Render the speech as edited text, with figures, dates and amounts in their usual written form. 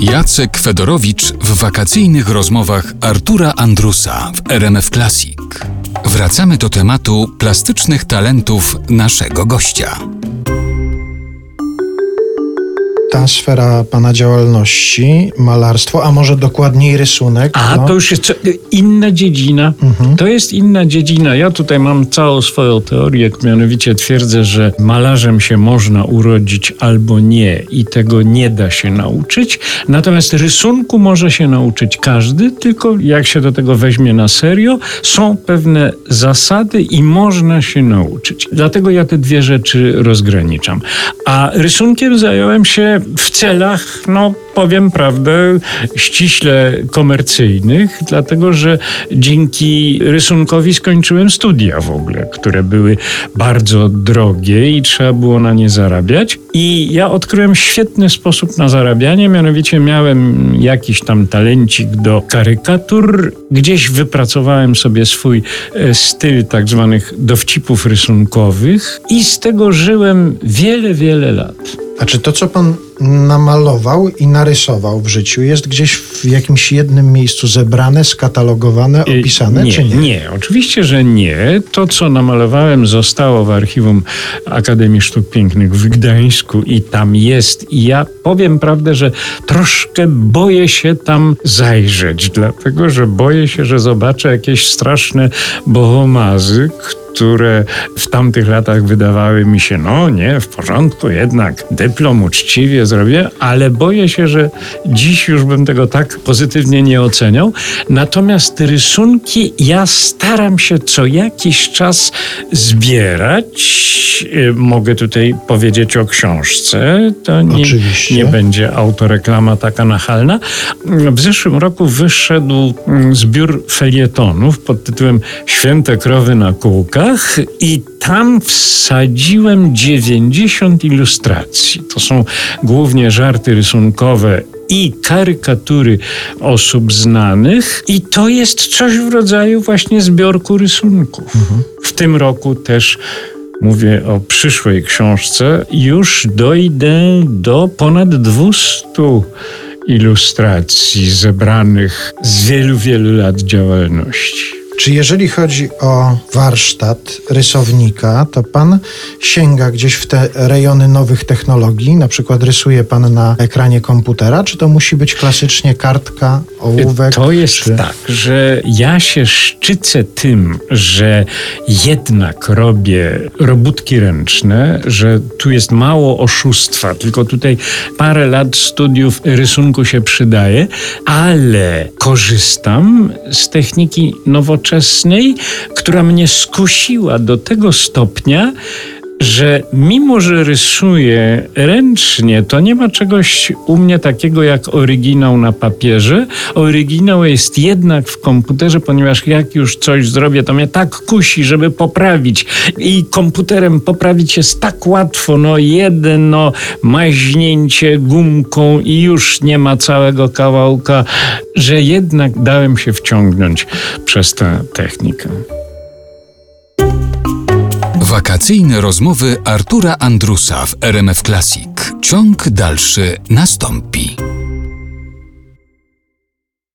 Jacek Fedorowicz w wakacyjnych rozmowach Artura Andrusa w RMF Classic. Wracamy do tematu plastycznych talentów naszego gościa. Ta sfera pana działalności, malarstwo, a może dokładniej rysunek. To już jest inna dziedzina. To jest inna dziedzina. Ja tutaj mam całą swoją teorię, mianowicie twierdzę, że malarzem się można urodzić albo nie i tego nie da się nauczyć. Natomiast rysunku może się nauczyć każdy, tylko jak się do tego weźmie na serio, są pewne zasady i można się nauczyć. Dlatego ja te dwie rzeczy rozgraniczam. A rysunkiem zająłem się w celach, powiem prawdę, ściśle komercyjnych, dlatego że dzięki rysunkowi skończyłem studia w ogóle, które były bardzo drogie i trzeba było na nie zarabiać. I ja odkryłem świetny sposób na zarabianie, mianowicie miałem jakiś tam talencik do karykatur. Gdzieś wypracowałem sobie swój styl tak zwanych dowcipów rysunkowych i z tego żyłem wiele, wiele lat. A czy to, co pan namalował i narysował w życiu, jest gdzieś w jakimś jednym miejscu zebrane, skatalogowane, opisane, czy nie? Nie, oczywiście, że nie. To, co namalowałem, zostało w Archiwum Akademii Sztuk Pięknych w Gdańsku i tam jest. I ja powiem prawdę, że troszkę boję się tam zajrzeć, dlatego że boję się, że zobaczę jakieś straszne bohomazy, które w tamtych latach wydawały mi się, nie, w porządku, jednak dyplom uczciwie zrobię, ale boję się, że dziś już bym tego tak pozytywnie nie oceniał. Natomiast rysunki ja staram się co jakiś czas zbierać. Mogę tutaj powiedzieć o książce. To nie będzie autoreklama taka nachalna. W zeszłym roku wyszedł zbiór felietonów pod tytułem Święte krowy na kółkach i tam wsadziłem 90 ilustracji. To są głównie żarty rysunkowe i karykatury osób znanych i to jest coś w rodzaju właśnie zbiorku rysunków. W tym roku też mówię o przyszłej książce. Już dojdę do ponad 200 ilustracji zebranych z wielu, wielu lat działalności. Czy jeżeli chodzi o warsztat rysownika, to pan sięga gdzieś w te rejony nowych technologii? Na przykład rysuje pan na ekranie komputera? Czy to musi być klasycznie kartka, ołówek? To jest tak, że ja się szczycę tym, że jednak robię robótki ręczne, że tu jest mało oszustwa, tylko tutaj parę lat studiów rysunku się przydaje, ale korzystam z techniki nowoczesnej, która mnie skusiła do tego stopnia, że mimo, że rysuję ręcznie, to nie ma czegoś u mnie takiego jak oryginał na papierze. Oryginał jest jednak w komputerze, ponieważ jak już coś zrobię, to mnie tak kusi, żeby poprawić. I komputerem poprawić jest tak łatwo. Jedno maźnięcie gumką i już nie ma całego kawałka, że jednak dałem się wciągnąć przez tę technikę. Wakacyjne rozmowy Artura Andrusa w RMF Classic. Ciąg dalszy nastąpi.